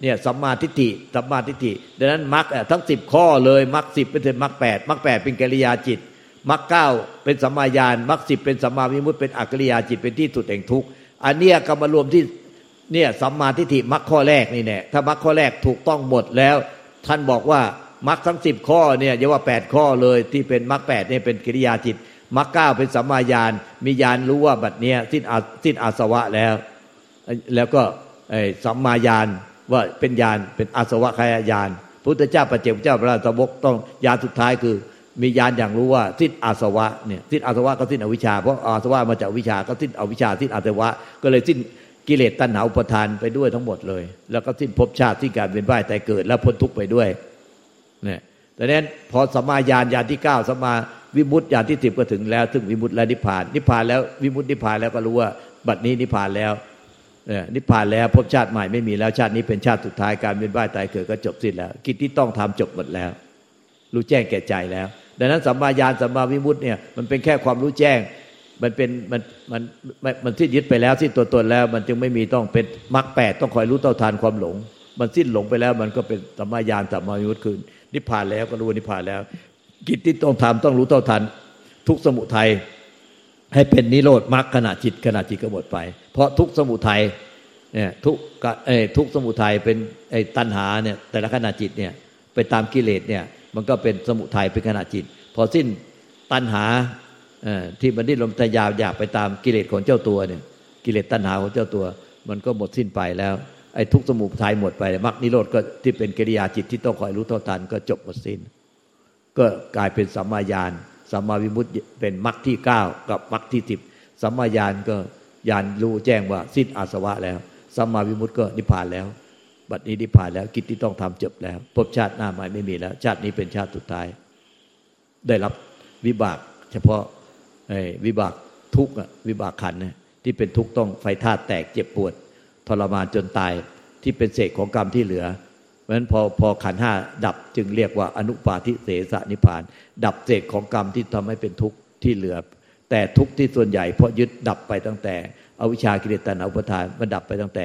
เนี่ยสัมมาทิฏฐิสัมมาทิฏฐิดังนั้นมรรคทั้ง10ข้อเลยมรรค10เป็นมรรค8มรรค8เป็นกิริยาจิตมรรค9เป็นสัมมาญาณมรรค10เป็นสัมมาวิมุตติเป็นอกิริยาจิตเป็นที่สุดแห่งทุกข์อันเนี้ยก็มารวมที่เนี่ยสัมมาทิฏฐิมรรคข้อแรกนี่แน่ถ้ามรรคข้อแรกถูกต้องหมดแล้วท่านบอกว่ามรรคทั้ง10ข้อเนี่ยอย่าว่า8ข้อเลยที่เป็นมรรค8เนี่ยเป็นกิริยาจิตมรรค9เป็นสัมมาญาณมีญาณรู้ว่าบัดเนี้ยสิ้นอาสวะแล้วก็สัมมาญาณว่าเป็นญาณเป็นอาสวะขยญาณพุทธเจ้าปัจเจกพุทธเจ้าพระราชสาวกต้องญาณสุดท้ายคือมีญาณอย่างรู้ว่าสิ้นอาสวะเนี่ยสิ้นอาสวะก็สิ้นอวิชชาเพราะอาสวะมาจากวิชชาก็สิ้นอวิชชาสิ้นอาสวะก็เลยสิ้นกิเลสตัณหาอุปทานไปด้วยทั้งหมดเลยแล้วก็สิ้นภพชาติสิ้นการเวียนว่ายตายเกิดแล้วพ้นทุกข์ไปด้วยเนี่ยดังนั้นพอสัมมาญาณญาณที่9สัมมาวิมุตติญาณที่10ก็ถึงแล้วถึงวิมุตติและนิพพานนิพพานแล้ววิมุตตินิพพานแล้วก็รู้ว่าบัดนี้นิพพานแล้วนิพพานแล้วภพชาติใหม่ไม่มีแล้วชาตินี้เป็นชาติสุดท้ายการเวียนว่ายตายเกิดก็จบสิ้นแล้วกิจที่ต้องทำจบหมดแล้วรู้แจ้งแก่ใจแล้วดังนั้นสัมมาญาณสัมมาวิมุตติเนี่ยมันเป็นแค่ความรู้แจ้งมันเป็นมันสิ้นยึดไปแล้วสิ้นตัวตนแล้วมันจึงไม่มีต้องเป็นมรรค8ต้องคอยรู้เท่าทันความหลงมันสิ้นหลงไปแล้วมันก็เป็นสัมมาญาณสัมมาวิมุตติคือนิพพานแล้วก็รู้ว่านิพพานแล้วกิจที่ต้องทำต้องรู้เท่าทันทุกสมุทัยให้เป็นนิโรธมรรคขณะจิตก็หมดไปเพราะทุกสมุทัยเนี่ยทุกสมุทัยเป็นตัณหาเนี่ยแต่ละขณะจิตเนี่ยไปตามกิเลสเนี่ยมันก็เป็นสมุทัยเป็นขณะจิตพอสิ้นตัณหาที่มันดิ้นรนทะยานอยากไปตามกิเลสของเจ้าตัวเนี่ยกิเลสตัณหาของเจ้าตัวมันก็หมดสิ้นไปแล้วไอ้ทุกสมุทัยหมดไปมรรคนิโรธก็ที่เป็นกิริยาจิตที่ต้องคอยรู้เท่าทันก็จบหมดสิ้นก็กลายเป็นสัมมาญาณสัมมาวิมุตติเป็นมรรคที่9กับมรรคที่10สัมมาญาณก็ญาณรู้แจ้งว่าสิ้นอาสวะแล้วสัมมาวิมุตติก็นิพพานแล้วบัดนี้นิพพานแล้วกิจที่ต้องทำจบแล้วภพชาติหน้าใหม่ไม่มีแล้วชาตินี้เป็นชาติสุดท้ายได้รับวิบากเฉพาะวิบากทุกข์วิบากขันธ์ที่เป็นทุกข์ต้องไฟธาตุแตกเจ็บปวดทรมานจนตายที่เป็นเศษของกรรมที่เหลือเพราะฉะนั้นพอขันธ์5ดับจึงเรียกว่าอนุปาทิเสสนิพพานดับเศษของกรรมที่ทำให้เป็นทุกข์ที่เหลือแต่ทุกข์ที่ส่วนใหญ่เพราะยึดดับไปตั้งแต่อวิชชากิเลสตัณหาอุปาทานมันดับไปตั้งแต่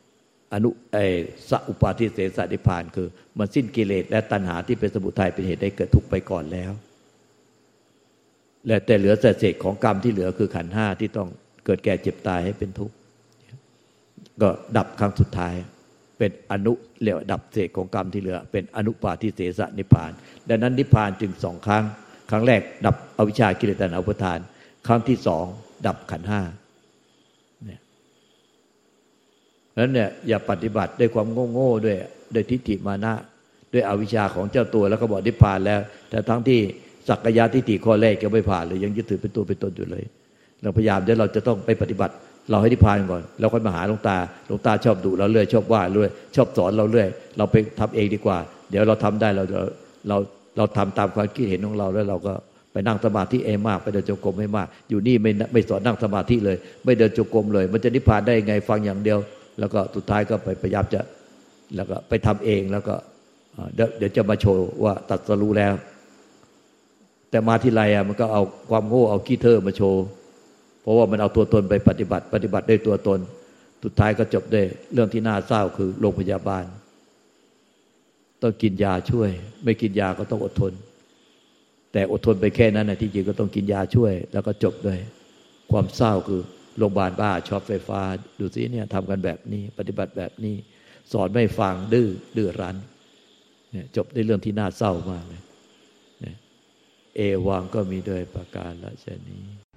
สัพปาทิเสสนิพพานคือมันสิ้นกิเลสและตัณหาที่เป็นสมุทัยเป็นเหตุให้เกิดทุกข์ไปก่อนแล้วและแต่เหลือเศษของกรรมที่เหลือคือขันธ์5ที่ต้องเกิดแก่เจ็บตายให้เป็นทุกข์ก็ดับครั้งสุดท้ายเป็นอนุเรียกดับเศษของกรรมที่เหลือเป็นอนุปาทิเสสนิพพานดังนั้นนิพพานจึง2ครั้งครั้งแรกดับอวิชชากิเลสตัณหาอุปาทานครั้งที่2ดับขันธ์5เนี่ยนั้นเนี่ยอย่าปฏิบัติด้วยความโง่ๆด้วยทิฏฐิมานะด้วยอวิชชาของเจ้าตัวแล้วก็บอกนิพพานแล้วแต่ทั้งที่สักกายทิฏฐิข้อแรกก็ไม่ผ่านเลยยังยึดถือเป็นตัวเป็นตนอยู่เลยเราพยายามเดี๋ยวเราจะต้องไปปฏิบัติเราให้นิพพานก่อนแล้วค่อยมาหาหลวงตาชอบดุเราเรื่อยชอบว่าเรื่อยชอบสอนเราเรื่อยเราไปทำเองดีกว่าเดี๋ยวเราทำได้เราทำตามความคิดเห็นของเราแล้วเราก็ไปนั่งสมาธิเองมากไปเดินจงกรมให้มากอยู่นี่ไม่สอนนั่งสมาธิเลยไม่เดินจงกรมเลยมันจะนิพพานได้ยังไงฟังอย่างเดียวแล้วก็สุดท้ายก็ไปพยายามจะแล้วก็ไปทำเองแล้วก็เดี๋ยวจะมาโชว์ว่าตรัสรู้แล้วแต่มาที่ไรมันก็เอาความโง่เอาขี้เถ้อมาโชว์เพราะว่ามันเอาตัวตนไปปฏิบัติด้วยตัวตนสุดท้ายก็จบได้เรื่องที่น่าเศร้าคือโรงพยาบาลต้องกินยาช่วยไม่กินยาก็ต้องอดทนแต่อดทนไปแค่นั้นนะที่จริงก็ต้องกินยาช่วยแล้วก็จบด้วยความเศร้าคือโรงพยาบาลบ้าช็อตไฟฟ้าดูสิเนี่ยทำกันแบบนี้ปฏิบัติแบบนี้สอนไม่ฟังดื้อรั้นเนี่ยจบในเรื่องที่น่าเศร้ามากเลยเอวังก็มีด้วยประการละชนี้